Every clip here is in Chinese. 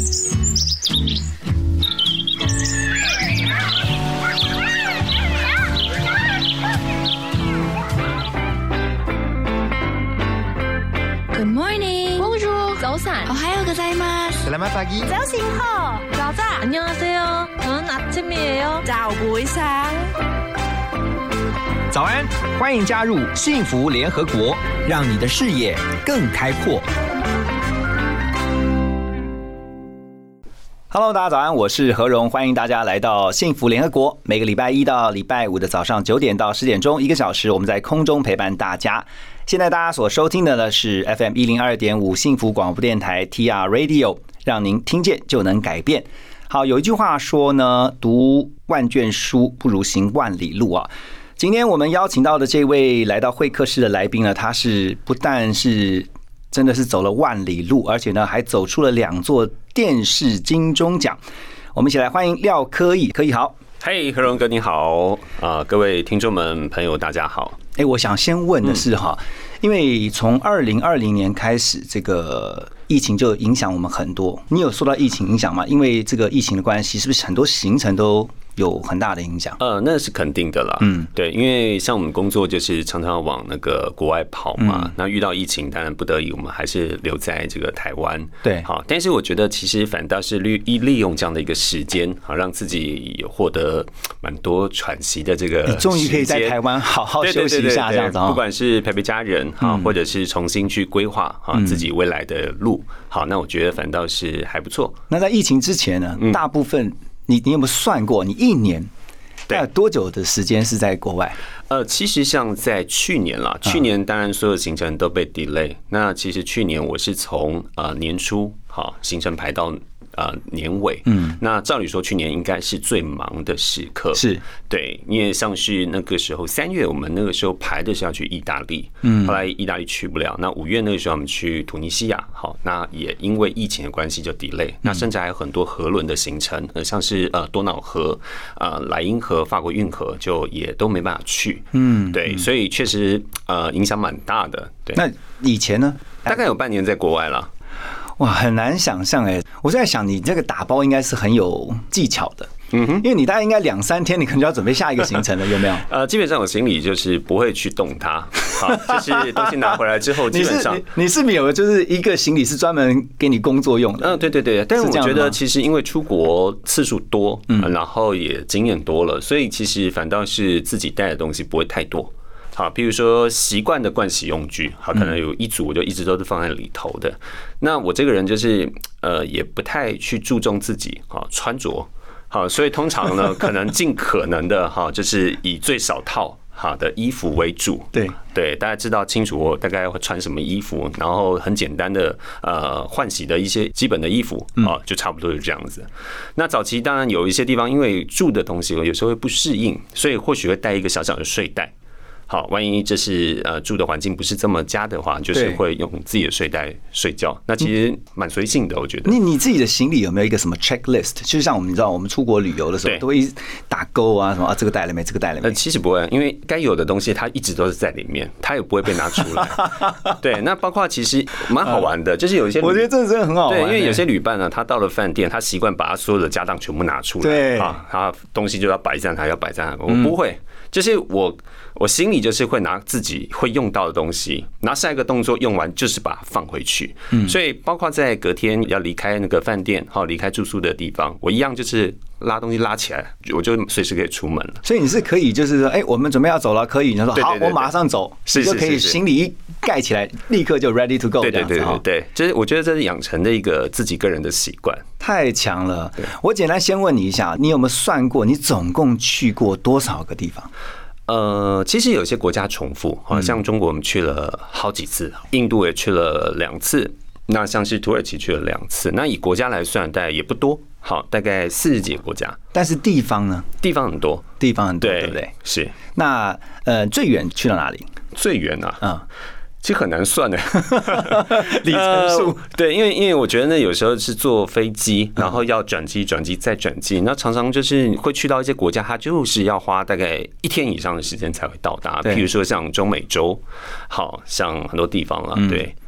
Good morning. Bonjour. 早安. 오하요 고자이마스. Selamat pagi. 早醒好. 자자. 안녕하세요. 저는 아침이에요. 早不一상 早安，欢迎加入幸福联合国，让你的视野更开阔。Hello， 大家早安，我是何荣，欢迎大家来到幸福联合国。每个礼拜一到礼拜五的早上9点到10点钟，1个小时，我们在空中陪伴大家。现在大家所收听的呢是 FM 102.5幸福广播电台 TR Radio， 让您听见就能改变。好，有一句话说呢，读万卷书不如行万里路啊。今天我们邀请到的这位来到会客室的来宾呢，他是不但是真的是走了万里路，而且呢还走出了2座电视金钟奖。我们一起来欢迎廖科毅，科毅好。 嘿，何荣哥你好各位听众们朋友大家好。 我想先问的是哈，因为从2020年开始，这个疫情就影响我们很多。你有受到疫情影响吗？因为这个疫情的关系，是不是很多行程都有很大的影响？ 那是肯定的啦。对，因为像我们工作就是常常往那个国外跑嘛，那遇到疫情，当然不得已我们还是留在这个台湾。 对， 好，但是我觉得其实反倒是利用这样的一个时间，好让自己获得蛮多喘息的这个时间。 你终于可以在台湾好好休息一下，这样子。 不管是陪家人或者是重新去规划自己未来的路，好，那我觉得反倒是还不错。 那在疫情之前呢，大部分你有没有算过，你一年大概多久的时间是在国外？ 其实像在去年啦，去年当然所有行程都被 delay。那其实去年我是从年初好行程排到年尾，那照理说去年应该是最忙的时刻，是对，因为像是那个时候3月，我们那个时候排的是要去意大利，后来意大利去不了，那5月那个时候我们去突尼西亚，好，那也因为疫情的关系就 delay，那甚至还有很多河轮的行程，像是多瑙河、莱茵河、法国运河，就也都没办法去，对，所以确实影响蛮大的。对， 那以前呢？ 大概有半年在国外了。 哇，很难想象我在想你这个打包应该是很有技巧的，因为你大概应该2-3天，你可能就要准备下一个行程了，有没有？ 基本上我行李就是不会去动它，好，就是东西拿回来之后，基本上你是没有，就是一个行李是专门给你工作用的。 对对对，但是我觉得其实因为出国次数多，然后也经验多了，所以其实反倒是自己带的东西不会太多。好，比如说习惯的盥洗用具，好，可能有一组我就一直都是放在里头的。那我这个人就是也不太去注重自己穿着，好，所以通常呢，可能尽可能的就是以最少套好的衣服为主。对对，大家知道清楚我大概会穿什么衣服，然后很简单的换洗的一些基本的衣服就差不多是这样子。那早期当然有一些地方因为住的东西有时候会不适应，所以或许会带一个小小的睡袋。好，万一这是住的环境不是这么佳的话，就是会用自己的睡袋睡觉。那其实蛮随性的，我觉得。你自己的行李有没有一个什么 checklist？ 就像我们知道，我们出国旅游的时候都会打勾啊，什么这个带了没，这个带了没？ 其实不会，因为该有的东西它一直都是在里面，它也不会被拿出来。对，那包括其实蛮好玩的，就是有一些， 我觉得这真的很好玩。 对，因为有些旅伴呢，他到了饭店，他习惯把他所有的家当全部拿出来，对啊，他东西就要摆在那，要摆在那，我不会。就是我心里就是会拿自己会用到的东西，然后下一个动作用完就是把它放回去。所以包括在隔天要离开那个饭店，离开住宿的地方，我一样就是拉东西拉起来，我就随时可以出门了。 所以你是可以就是说，我们准备要走了，可以，你说好，我马上走，你就可以行李一盖起来，立刻就 ready to go。对对对对对，就是我觉得这是养成的一个自己个人的习惯。 太强了！我简单先问你一下，你有没有算过你总共去过多少个地方？ 其实有些国家重复，像中国我们去了好几次，印度也去了2次，那像是土耳其去了2次。那以国家来算，大概也不多，好，大概40几个国家。但是地方呢？地方很多，对不对？是。那最远去了哪里？最远啊，其实很难算的里程数。对，因为我觉得呢，有时候是坐飞机，然后要转机再转机，那常常就是会去到一些国家，它就是要花大概1天以上的时间才会到达。譬如说像中美洲，好像很多地方了，对。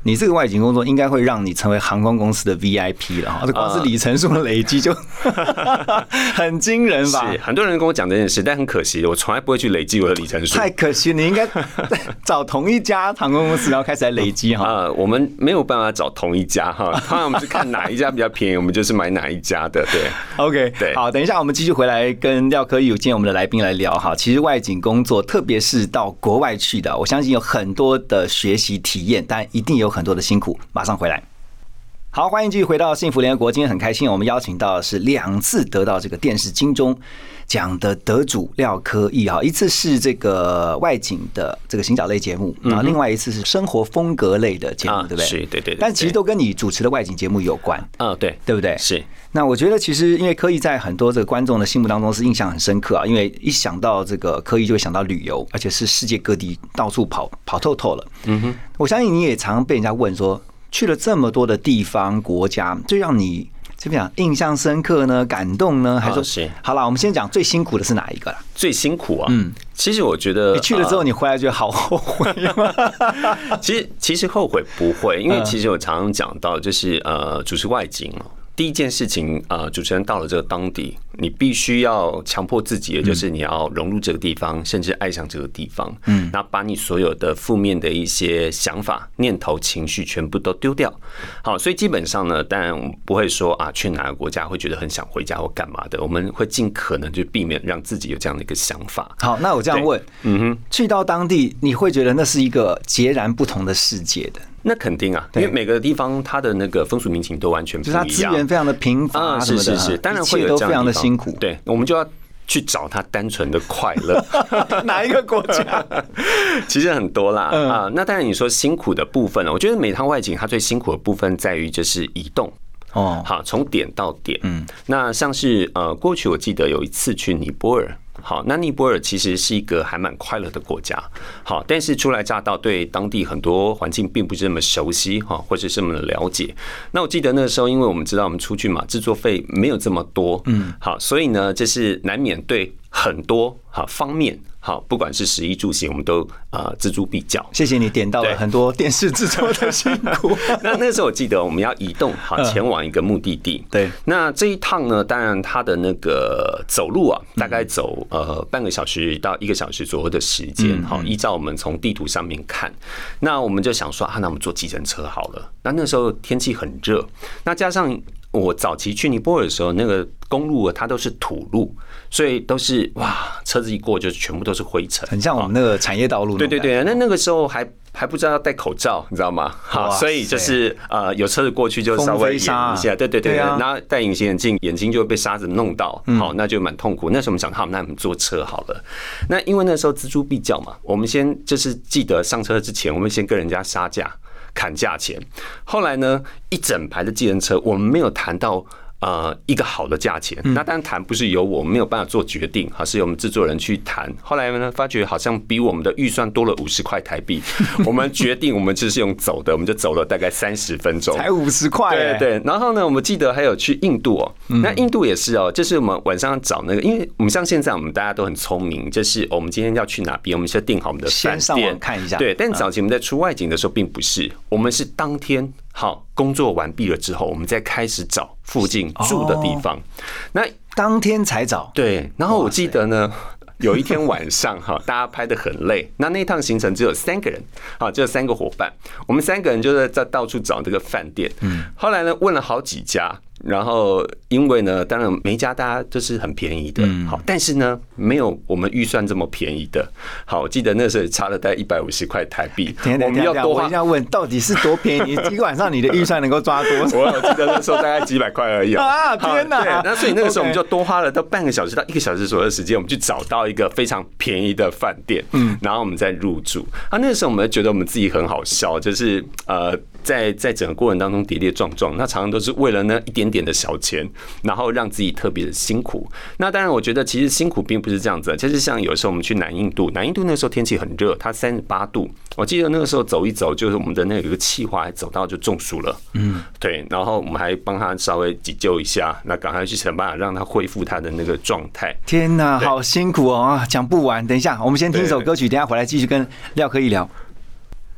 你这个外景工作应该会让你成为航空公司的 VIP 了哈，这光是里程数的累积就很惊人吧？ 是，很多人跟我讲这件事，但很可惜，我从来不会去累积我的里程数。 太可惜，你应该找同一家航空公司，然后开始来累积哈。 我们没有办法找同一家哈，通常我们是看哪一家比较便宜，我们就是买哪一家的。对 ，OK， 对， 好，等一下我们继续回来跟廖科义今天我们的来宾来聊哈。其实外景工作，特别是到国外去的，我相信有很多的学习体验，但一定有很多的辛苦。马上回来。好，欢迎继续回到幸福联合国。今天很开心，我们邀请到的是2次得到这个电视金钟奖的得主廖科义哈，一次是这个外景的这个行脚类节目，然后另外一次是生活风格类的节目，对不对？ 是，对。 但其实都跟你主持的外景节目有关，对不对？ 是。 那我觉得其实因为科义在很多这个观众的心目当中是印象很深刻啊，因为一想到这个科义就会想到旅游，而且是世界各地到处跑透透了。我相信你也常被人家问说，去了这么多的地方国家，最让你怎么样印象深刻呢？感动呢？还是说好了，我们先讲最辛苦的是哪一个啦？ 最辛苦啊，其实我觉得你去了之后，你回来觉得好后悔吗？ 其实后悔不会，因为其实我常常讲到，就是主持外景第一件事情，主持人到了这个当地，你必须要强迫自己，也就是你要融入这个地方，甚至爱上这个地方。然后把你所有的负面的一些想法、念头、情绪全部都丢掉。好，所以基本上呢，当然我们不会说去哪个国家会觉得很想回家或干嘛的，我们会尽可能就避免让自己有这样的一个想法。 好，那我这样问，去到当地，你会觉得那是一个截然不同的世界的？ 那肯定啊，因为每个地方它的那个风俗民情都完全不一样， 就是它资源非常的贫乏， 是，当然会有这样的地方，一切都非常的辛苦。 对，我们就要去找它单纯的快乐。 哪一个国家？ 其实很多啦那当然你说辛苦的部分，我觉得每趟外景它最辛苦的部分在于就是移动。好，从点到点。那像是过去我记得有一次去尼泊尔。好，那尼泊尔其实是一个还蛮快乐的国家，好，但是初来乍到，对当地很多环境并不是那么熟悉哈，或者是那么的了解。那我记得那个时候，因为我们知道我们出去嘛，制作费没有这么多，好，所以呢，这是难免对很多方面。好，不管是食衣住行，我们都锱铢必较。 谢谢你点到了很多电视制作的辛苦。 那时候我记得我们要移动，好，前往一个目的地。对，那这一趟呢，当然它的那个走路大概走半个小时到1个小时左右的时间。好，依照我们从地图上面看，那我们就想说那我们坐计程车好了。那时候天气很热，那加上我早期去尼泊尔的时候，那个公路它都是土路，所以都是车子一过就全部都是灰尘， 很像我们那个产业道路。 对，那个时候还不知道要戴口罩，你知道吗？好，所以就是有车子过去就稍微掩一下，对，然后戴隐形眼镜，眼睛就会被沙子弄到，好，那就蛮痛苦。那时候我们想，好，那我们坐车好了。那因为那时候锱铢必较嘛，我们先就是记得上车之前，我们先跟人家杀价。砍价钱，后来呢，一整排的计程车，我们没有谈到一个好的价钱。那当然谈不是由我们没有办法做决定，是由我们制作人去谈。后来呢，发觉好像比我们的预算多了50块台币。我们决定，我们就是用走的，我们就走了大概30分钟， 才50块。 对。然后呢，我们记得还有去印度那印度也是就是我们晚上找那个，因为我们像现在我们大家都很聪明，就是我们今天要去哪边，我们先订好我们的饭店， 先上网看一下。 对，但早期我们在出外景的时候并不是，我们是当天。好，工作完毕了之后，我们再开始找附近住的地方。那当天才找。 对，然后我记得呢，有一天晚上大家拍得很累。那趟行程只有3个人，只有3个伙伴，我们3个人就在到处找这个饭店。后来呢，问了好几家。然后，因为呢，当然每一家大家都是很便宜的，好，但是呢，没有我们预算这么便宜的。好，我记得那时候差了大概150块台币。我们要多花。我一定要问，到底是多便宜？一个晚上你的预算能够抓多少？ 我记得那时候大概几百块而已天哪！ 对，那所以那个时候我们就多花了到半个小时到1个小时左右的时间，我们去找到一个非常便宜的饭店，然后我们再入住。那个时候我们觉得我们自己很好笑，就是在整个过程当中跌跌撞撞，那常常都是为了那一点点的小钱，然后让自己特别的辛苦。那当然，我觉得其实辛苦并不是这样子，就是像有时候我们去南印度那时候天气很热，它38度，我记得那个时候走一走，就是我们的那个气化走到就中暑了，对，然后我们还帮他稍微急救一下，那赶快去想办法让他恢复他的那个状态。 天哪，好辛苦讲不完。等一下，我们先听一首歌曲，等一下回来继续跟廖科义聊。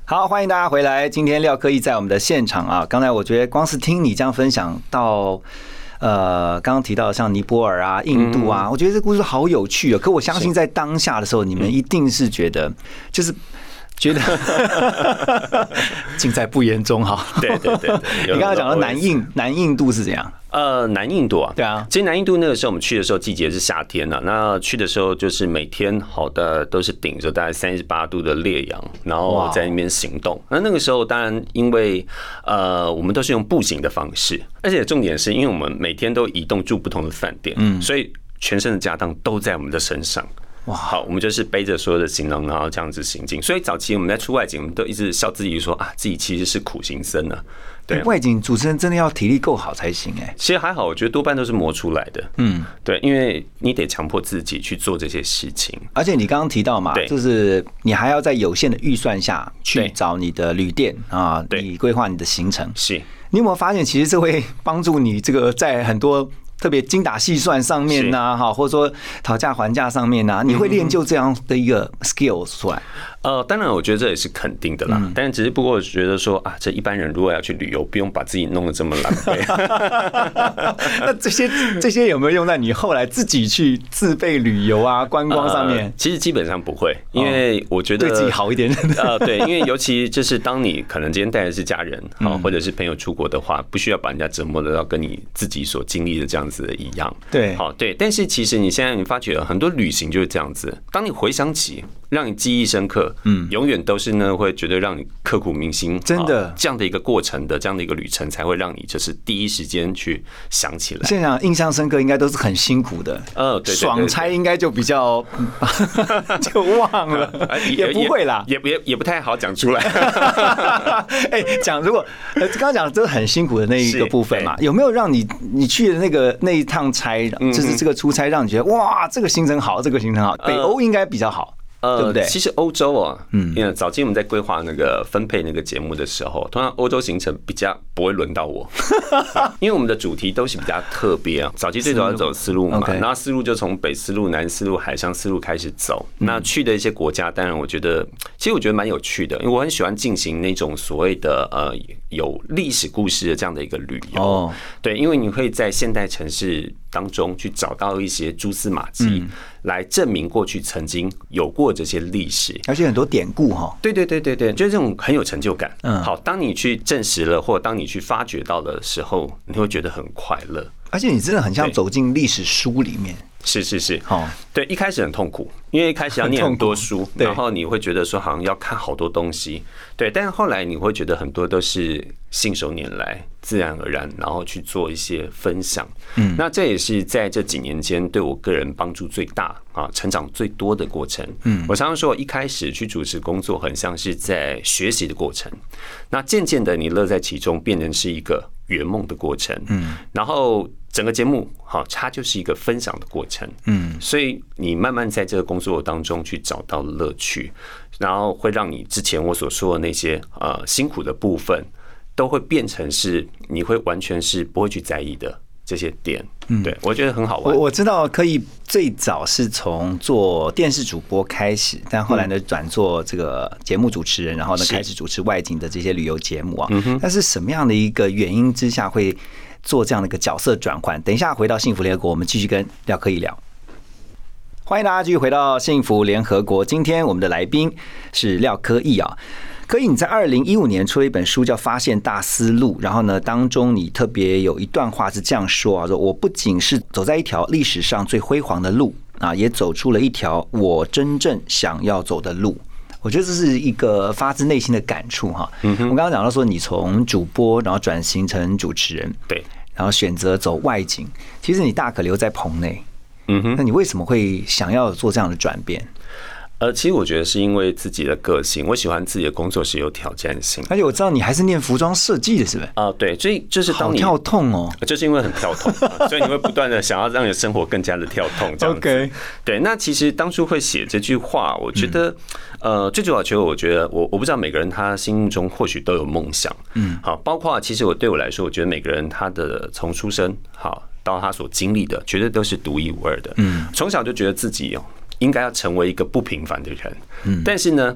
好，欢迎大家回来。今天廖科艺在我们的现场啊。刚才我觉得光是听你这样分享到，刚刚提到像尼泊尔啊、印度啊，我觉得这故事好有趣哦。可我相信在当下的时候，你们一定是觉得就是觉得尽在不言中哈。 对， 你刚刚讲到南印度是怎样？ 南印度啊， 对啊， 其实南印度那个时候我们去的时候季节是夏天啊，那去的时候就是每天好的都是顶着大概38度的烈阳，然后在那边行动。那个时候当然因为我们都是用步行的方式，而且重点是因为我们每天都移动住不同的饭店，所以全身的家当都在我们的身上。哇，好，我们就是背着所有的行囊，然后这样子行进。所以早期我们在出外景，我们都一直笑自己说啊，自己其实是苦行僧啊。对， 外景主持人真的要体力够好才行其实还好，我觉得多半都是磨出来的。对，因为你得强迫自己去做这些事情。 而且你刚刚提到嘛，就是你还要在有限的预算下去找你的旅店啊，你规划你的行程。 是， 你有没有发现，其实这会帮助你这个在很多特别精打细算上面呐，或者说讨价还价上面呐，你会练就这样的一个 skills 出来。 当然，我觉得这也是肯定的啦。但是只是不过，我觉得说啊，这一般人如果要去旅游，不用把自己弄得这么狼狈。 那这些有没有用在你后来自己去自费旅游啊、观光上面？ 其实基本上不会，因为我觉得对自己好一点。 对，因为尤其就是当你可能今天带的是家人或者是朋友出国的话，不需要把人家折磨的要跟你自己所经历的这样子一样。 对， 好，对。但是其实你现在你发觉很多旅行就是这样子，当你回想起，让你记忆深刻。永远都是呢，会觉得让你刻骨铭心， 真的这样的一个过程的这样的一个旅程，才会让你就是第一时间去想起来。 现在印象深刻，应该都是很辛苦的。 对， 爽差应该就比较就忘了，也不会啦， 也不太好讲出来。 讲如果刚刚讲的都是很辛苦的那一个部分嘛，有没有让你去的那一趟差，就是这个出差，让你觉得哇，这个行程好，这个行程好，北欧应该比较好。对不对？ 其实欧洲啊，因为早期我们在规划那个分配那个节目的时候，通常欧洲行程比较不会轮到我，因为我们的主题都是比较特别啊。早期最早要走丝路嘛，然后丝路就从北丝路、南丝路、海上丝路开始走。那去的一些国家，当然我觉得蛮有趣的，因为我很喜欢进行那种所谓的有历史故事的这样的一个旅游。对，因为你会在现代城市当中去找到一些蛛丝马迹，来证明过去曾经有过这些历史， 而且很多典故哈。 对，就是这种很有成就感。好，当你去证实了，或者当你去发掘到的时候，你会觉得很快乐。 而且你真的很像走进历史书里面。 是，对，一开始很痛苦，因为一开始要念很多书，然后你会觉得说好像要看好多东西，对，但是后来你会觉得很多都是信手拈来，自然而然，然后去做一些分享。那这也是在这几年间对我个人帮助最大啊，成长最多的过程。我常常说，一开始去主持工作，很像是在学习的过程，那渐渐的你乐在其中，变成是一个圆梦的过程。然后整个节目好，它就是一个分享的过程。所以你慢慢在这个工作当中去找到乐趣，然后会让你之前我所说的那些辛苦的部分，都会变成是你会完全是不会去在意的这些点。对，我觉得很好玩。 我知道可以最早是从做电视主播开始，但后来呢转做这个节目主持人，然后呢开始主持外景的这些旅游节目啊。但是什么样的一个原因之下会做这样的一个角色转换？等一下回到幸福联合国，我们继续跟廖科艺聊。欢迎大家继续回到幸福联合国。今天我们的来宾是廖科艺啊。科艺，你在2015年出了一本书叫《发现大丝路》，然后呢，当中你特别有一段话是这样说啊：说我不仅是走在一条历史上最辉煌的路啊，也走出了一条我真正想要走的路。我觉得这是一个发自内心的感触哈。我刚刚讲到说，你从主播然后转型成主持人， 对， 然后选择走外景，其实你大可留在棚内。那你为什么会想要做这样的转变？ 其实我觉得是因为自己的个性，我喜欢自己的工作是有挑战性， 而且我知道你还是念服装设计的，是不是？ 对，所以就是当你好跳痛哦， 就是因为很跳痛，所以你会不断的想要让你的生活更加的跳痛，这样子。Okay. 对，那其实当初会写这句话，我觉得，最主要其实我觉得我不知道每个人他心目中或许都有梦想，好，包括其实对我来说，我觉得每个人他的从出生好到他所经历的，绝对都是独一无二的。从小就觉得自己应该要成为一个不平凡的人，但是呢，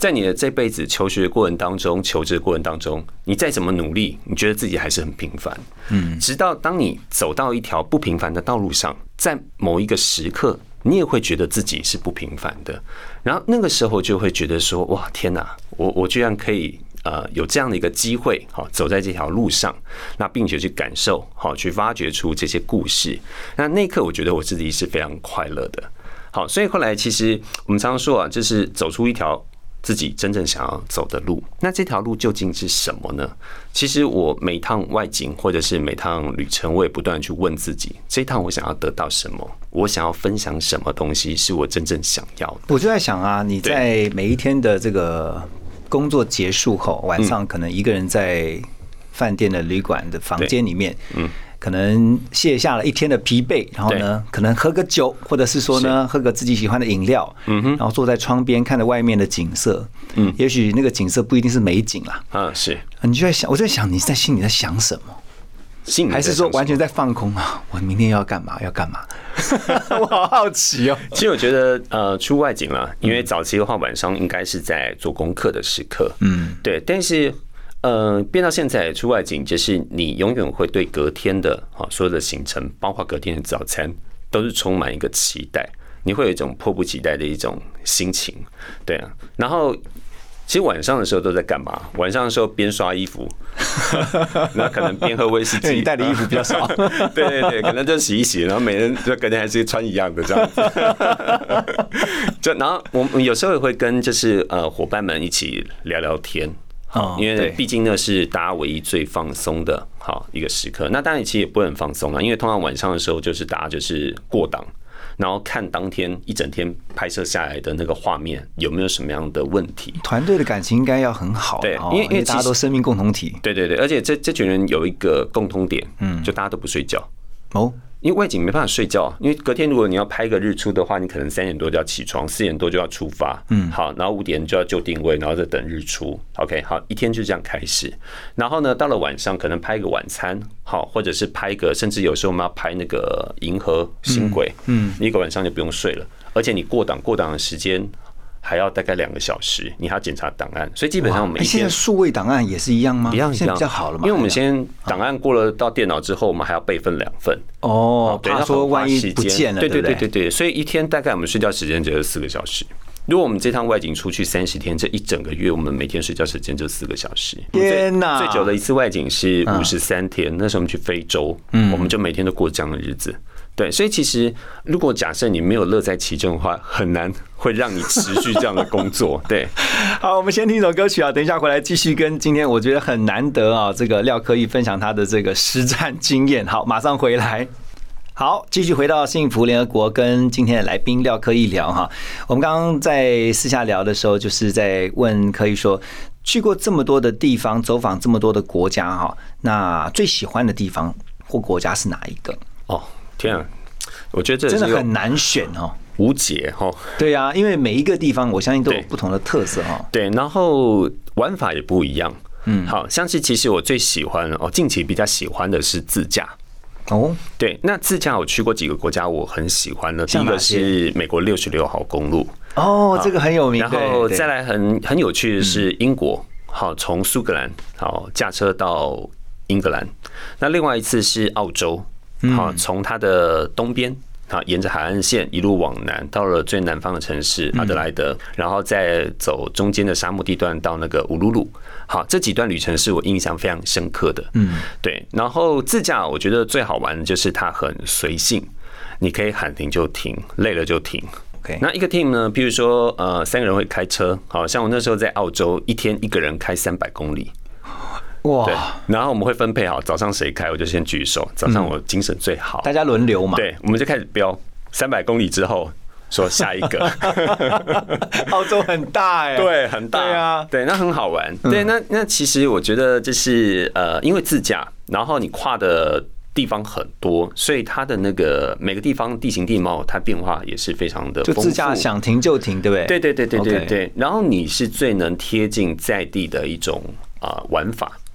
在你的这辈子求学过程当中、求职过程当中，你再怎么努力，你觉得自己还是很平凡。直到当你走到一条不平凡的道路上，在某一个时刻，你也会觉得自己是不平凡的。然后那个时候就会觉得说：哇，天哪，我居然可以有这样的一个机会，走在这条路上，那并且去感受，去挖掘出这些故事。那一刻，我觉得我自己是非常快乐的。好，所以后来其实我们常常说就是走出一条自己真正想要走的路。那这条路究竟是什么呢？其实我每趟外景或者是每趟旅程，我也不断去问自己：这一趟我想要得到什么？我想要分享什么东西是我真正想要的？ 我就在想啊，你在每一天的这个工作结束后，晚上可能一个人在饭店的旅馆的房间里面，可能卸下了一天的疲惫，然后呢，可能喝个酒，或者是说呢，喝个自己喜欢的饮料，然后坐在窗边看着外面的景色，也许那个景色不一定是美景啦，是，你就在想，我在想你在心里在想什么？还是说完全在放空啊？我明天要干嘛？要干嘛？我好好奇哦。 其实我觉得出外景了，因为早期的话晚上应该是在做功课的时刻，对，但是。变到现在出外景，就是你永远会对隔天的所有的行程，包括隔天的早餐，都是充满一个期待。你会有一种迫不及待的一种心情，对啊。然后其实晚上的时候都在干嘛？晚上的时候边刷衣服，那可能边喝威士忌。 你带的衣服比较少， 对对对，可能就洗一洗，然后每人就隔天还是穿一样的这样子。就然后我们有时候也会跟就是伙伴们一起聊聊天。因为毕竟那是大家唯一最放松的一个时刻。那当然其实也不能放松啊，因为通常晚上的时候就是大家就是过档，然后看当天一整天拍摄下来的那个画面有没有什么样的问题。 团队的感情应该要很好，对，因为大家都生命共同体。 对对对，而且这群人有一个共通点，就大家都不睡觉。因为外景没办法睡觉，因为隔天如果你要拍个日出的话，你可能3点多就要起床，4点多就要出发，好，然后5点就要就定位，然后再等日出。OK， 好，一天就这样开始。然后呢，到了晚上可能拍个晚餐，好，或者是拍个，甚至有时候我们要拍那个银河星轨，一个晚上就不用睡了，而且你过档的时间。还要大概2个小时，你还要检查档案，所以基本上我们现在数位档案也是一样吗？ 一样， 现在比较好了嘛。 因为我们先档案过了到电脑之后，我们还要备份2份。 怕说万一不见了，对对对对，所以一天大概我们睡觉时间只有4个小时。如果我们这趟外景出去30天，这一整个月我们每天睡觉时间就4个小时。 天哪！ 最久的一次外景是53天，那时候我们去非洲，我们就每天都过这样的日子。对，所以其实如果假设你没有乐在其中的话，很难会让你持续这样的工作。对， 好，我们先听一首歌曲啊，等一下回来继续跟今天我觉得很难得啊，这个廖科毅分享他的这个实战经验。好，马上回来。好，继续回到幸福联合国，跟今天的来宾廖科毅聊哈。我们刚刚在私下聊的时候，就是在问科毅说，去过这么多的地方，走访这么多的国家哈，那最喜欢的地方或国家是哪一个？ 天啊，我觉得这真的很难选哦， 无解哈。 对啊，因为每一个地方我相信都有不同的特色哈。 对，然后玩法也不一样。好像是其实我最喜欢近期比较喜欢的是自驾。对，那自驾我去过几个国家，我很喜欢的。第一个是美国66号公路。 这个很有名。 然后再来很有趣的是英国，好，从苏格兰好驾车到英格兰。那另外一次是澳洲。好，从它的东边，好，沿着海岸线一路往南，到了最南方的城市阿德莱德，然后再走中间的沙漠地段到那个乌鲁鲁。好，这几段旅程是我印象非常深刻的。对。然后自驾，我觉得最好玩的就是它很随性，你可以喊停就停，累了就停。那一个 team 呢，比如说3个人会开车，好像我那时候在澳洲，一天一个人开300公里。哇！对，然后我们会分配好，早上谁开我就先举手，早上我精神最好， 大家轮流嘛。 对，我们就开始标300公里之后说下一个。 澳洲很大哎， 对，很大，对啊，对，那很好玩。对，那其实我觉得就是因为自驾，然后你跨的地方很多，所以它的那个每个地方地形地貌，它变化也是非常的丰富。 就自驾想停就停，对不对？ 对对对对对对。然后你是最能贴近在地的一种玩法。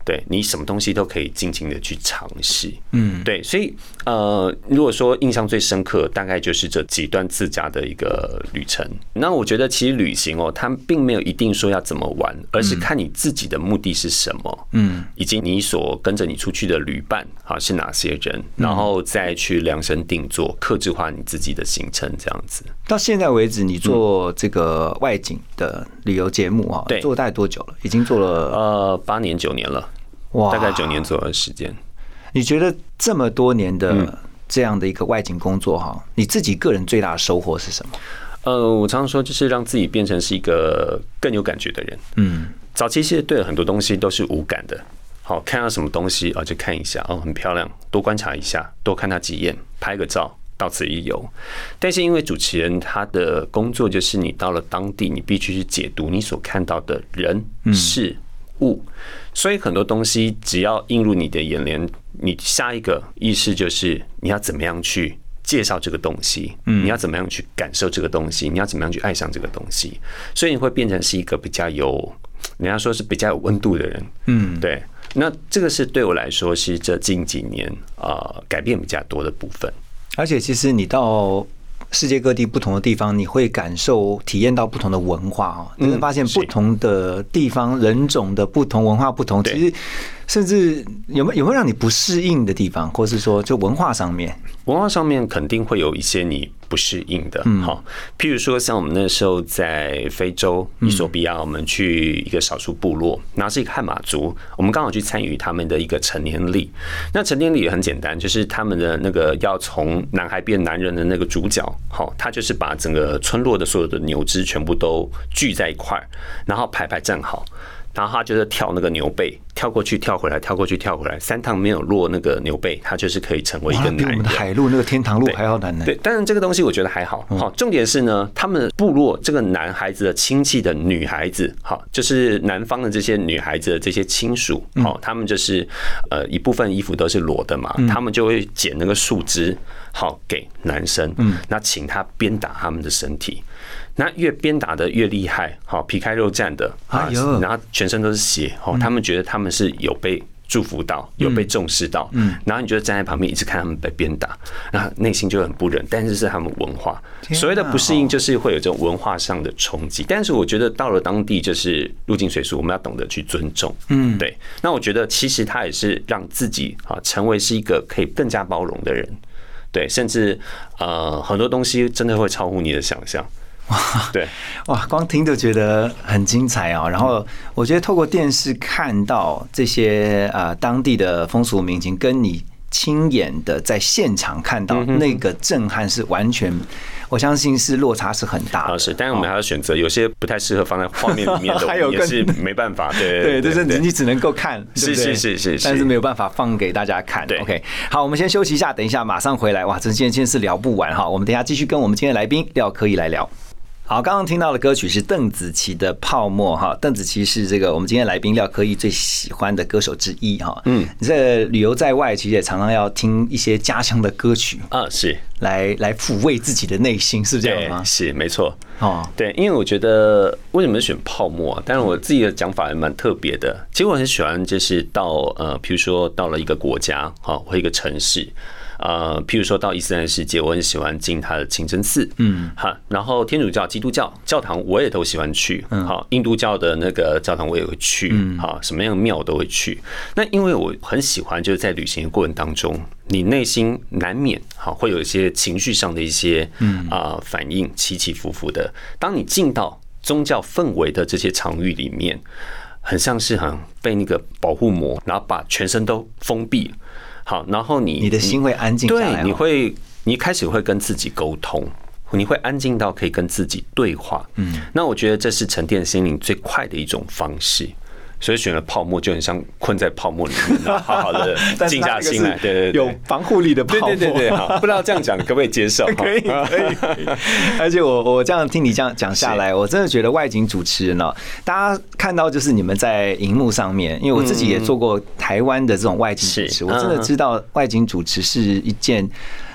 对你什么东西都可以尽情的去尝试，对，所以如果说印象最深刻，大概就是这几段自驾的一个旅程。那我觉得其实旅行它并没有一定说要怎么玩，而是看你自己的目的是什么，以及你所跟着你出去的旅伴是哪些人，然后再去量身定做、客制化你自己的行程，这样子。 到现在为止，你做这个外景的旅游节目对， 做大概多久了？已经做了 8年9年了。大概9年左右的时间。 你觉得这么多年的这样的一个外景工作你自己个人最大的收获是什么？ 我常常说，就是让自己变成是一个更有感觉的人。早期其实对很多东西都是无感的，好，看到什么东西就看一下，很漂亮，多观察一下，多看它几眼，拍个照，到此一游。但是因为主持人他的工作就是你到了当地，你必须去解读你所看到的人事物，所以很多东西只要映入你的眼帘，你下一个意识就是你要怎么样去介绍这个东西，你要怎么样去感受这个东西，你要怎么样去爱上这个东西，所以你会变成是一个比较有，人家说是比较有温度的人，对。那这个是对我来说是这近几年改变比较多的部分。 而且其实你到世界各地不同的地方，你会感受、体验到不同的文化你会发现不同的地方人种的不同，文化不同，其实甚至有没有让你不适应的地方，或是说就文化上面？ 文化上面肯定会有一些你不适应的，譬如说像我们那时候在非洲伊索比亚，我们去一个少数部落，那是一个汉马族，我们刚好去参与他们的一个成年礼。那成年礼也很简单，就是他们的那个要从男孩变男人的那个主角，他就是把整个村落的所有的牛只全部都聚在一块，然后排站好。然后他就是跳那个牛背，跳过去跳回来，跳过去跳回来，3趟没有落那个牛背，他就是可以成为一个男人。比我们的海路那个天堂路还要难呢。 对，当然这个东西我觉得还好。好，重点是呢，他们部落这个男孩子的亲戚的女孩子，好，就是南方的这些女孩子的这些亲属，好，他们就是一部分衣服都是裸的嘛，他们就会捡那个树枝，好给男生，那请他鞭打他们的身体。那越鞭打的越厉害，好皮开肉绽的，然后全身都是血，他们觉得他们是有被祝福到，有被重视到，然后你就站在旁边一直看他们被鞭打，那内心就很不忍，但是是他们文化，所谓的不适应就是会有这种文化上的冲击。但是我觉得到了当地就是入境随俗，我们要懂得去尊重，对。那我觉得其实他也是让自己成为是一个可以更加包容的人，对，甚至很多东西真的会超乎你的想象。对， 哇，光听就觉得很精彩然后我觉得透过电视看到这些当地的风俗民情，跟你亲眼的在现场看到那个震撼是完全，我相信是落差是很大的。 是，但是我们还要选择，有些不太适合放在画面里面的，也是没办法。对， 就是你只能够看， 是， 但是没有办法放给大家看。OK， 好，我们先休息一下，等一下马上回来。哇，这件事聊不完哈，我们等一下继续跟我们今天的来宾廖科艺来聊。好，刚刚听到的歌曲是邓紫棋的《泡沫》哈。邓紫棋是这个我们今天来宾廖科艺最喜欢的歌手之一哈。这旅游在外，其实也常常要听一些家乡的歌曲是来抚慰自己的内心，是这样吗？ 是，没错。对，因为我觉得为什么选泡沫？当然我自己的讲法也蛮特别的。其实我很喜欢，就是到比如说到了一个国家或一个城市。譬如说到伊斯兰世界，我很喜欢进他的清真寺，然后天主教、基督教教堂我也都喜欢去，印度教的那个教堂我也会去，什么样的庙我都会去。那因为我很喜欢，就是在旅行的过程当中，你内心难免会有一些情绪上的一些反应，起起伏伏的。当你进到宗教氛围的这些场域里面，很像是被那个保护膜，然后把全身都封闭。好，然后你的心会安静下来， 对，你一开始会跟自己沟通，你会安静到可以跟自己对话。那我觉得这是沉淀心灵最快的一种方式。所以选了泡沫，就很像困在泡沫里面，然后好好的静下心来。对， 有防护力的泡沫。 对，好，不知道这样讲可不可以接受？ 可以。而且我这样听你这样讲下来，我真的觉得外景主持人大家看到就是你们在荧幕上面，因为我自己也做过台湾的这种外景主持，我真的知道外景主持是一件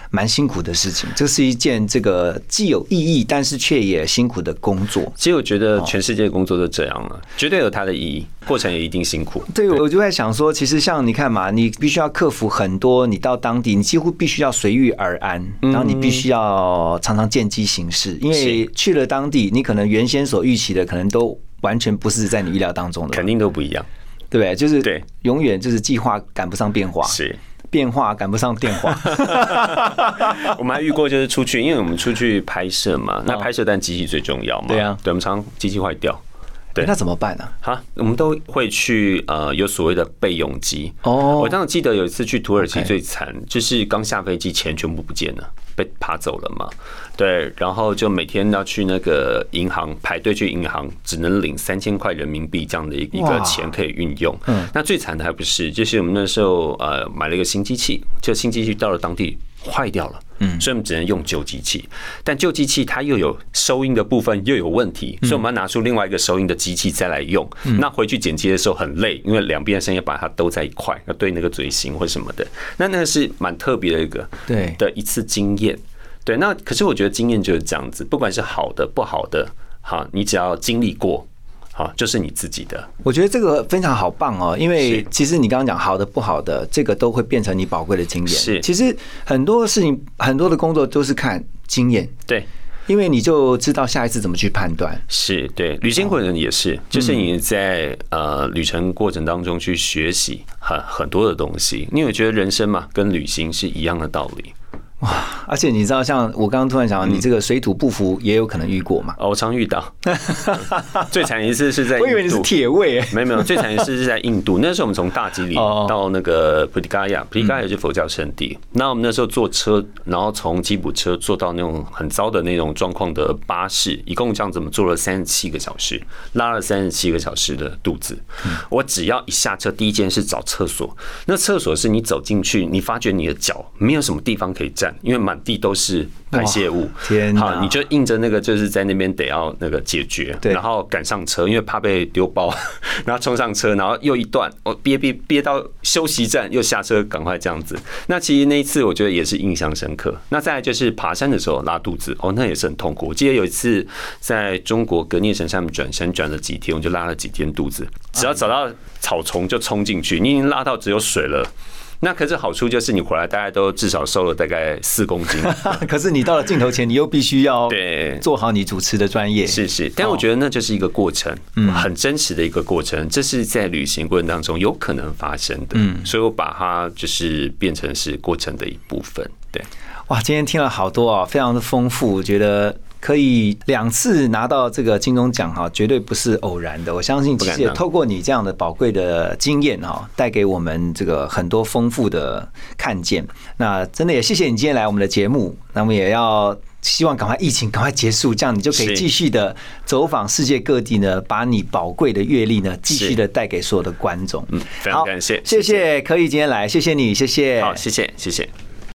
蛮辛苦的事情，这是一件这个既有意义，但是却也辛苦的工作。 其实我觉得全世界的工作都这样了，绝对有它的意义，过程也一定辛苦。 对，我就在想说，其实像你看嘛，你必须要克服很多，你到当地，你几乎必须要随遇而安，然后你必须要常常见机行事，因为去了当地，你可能原先所预期的，可能都完全不是在你预料当中的， 肯定都不一样， 对不对？就是对，永远就是计划赶不上变化， 是。 变化赶不上电话。 我们还遇过，就是出去，因为我们出去拍摄嘛，那拍摄但机器最重要嘛。 对啊， 对，我们常机器坏掉，对， 那怎么办呢？ 哈，我们都会去有所谓的备用机。哦，我当时记得有一次去土耳其最惨，就是刚下飞机钱全部不见了，被扒走了嘛。对，然后就每天要去那个银行排队去银行，只能领3000块人民币这样的一个钱可以运用。那最惨的还不是，就是我们那时候买了一个新机器，就新机器到了当地坏掉了。所以我们只能用旧机器，但旧机器它又有收音的部分又有问题，所以我们要拿出另外一个收音的机器再来用。那回去剪接的时候很累，因为两边的声音要把它兜在一块，要对那个嘴型或什么的。那个是蛮特别的一次经验。对，那可是我觉得经验就是这样子，不管是好的不好的，好，你只要经历过。好，就是你自己的。 我觉得这个非常好棒哦，因为其实你刚刚讲好的不好的，这个都会变成你宝贵的经验。 是， 其实很多事情、很多的工作都是看经验。 对， 因为你就知道下一次怎么去判断。 是，对，旅行过程也是，就是你在旅程过程当中去学习很多的东西。因为我觉得人生嘛，跟旅行是一样的道理。 哇！而且你知道，像我刚刚突然想到，你这个水土不服也有可能遇过嘛？ 我常遇到。最惨一次是在印度， 我以为你是铁胃。 没有，最惨一次是在印度。那时候我们从大吉里到那个普提嘎亚，普提嘎亚是佛教圣地。那我们那时候坐车，然后从吉普车坐到那种很糟的那种状况的巴士，一共这样子我们坐了37个小时，拉了37个小时的肚子。我只要一下车，第一件事找厕所。那厕所是你走进去，你发觉你的脚没有什么地方可以站。因为满地都是排泄物， 天哪！ 好，你就硬着那个，就是在那边得要那个解决，然后赶上车，因为怕被丢包，然后冲上车，然后又一段，我憋到休息站，又下车，赶快这样子。那其实那一次我觉得也是印象深刻。那再来就是爬山的时候拉肚子，那也是很痛苦。我记得有一次在中国隔聂神山转山转了几天，我就拉了几天肚子，只要找到草丛就冲进去，你已经拉到只有水了。那可是好处就是你回来大概都至少瘦了大概4公斤， 可是你到了镜头前，你又必须要做好你主持的专业。 是，但我觉得那就是一个过程，很真实的一个过程，这是在旅行过程当中有可能发生的，所以我把它就是变成是过程的一部分。对， 哇，今天听了好多啊，非常的丰富，我觉得。可以2次拿到这个金钟奖哈，绝对不是偶然的。我相信，其实也透过你这样的宝贵的经验哈，带给我们这个很多丰富的看见。那真的也谢谢你今天来我们的节目。那么也要希望赶快疫情赶快结束，这样你就可以继续的走访世界各地呢，把你宝贵的阅历呢继续的带给所有的观众。 非常感谢， 谢谢可以今天来，谢谢你，谢谢， 好，谢谢。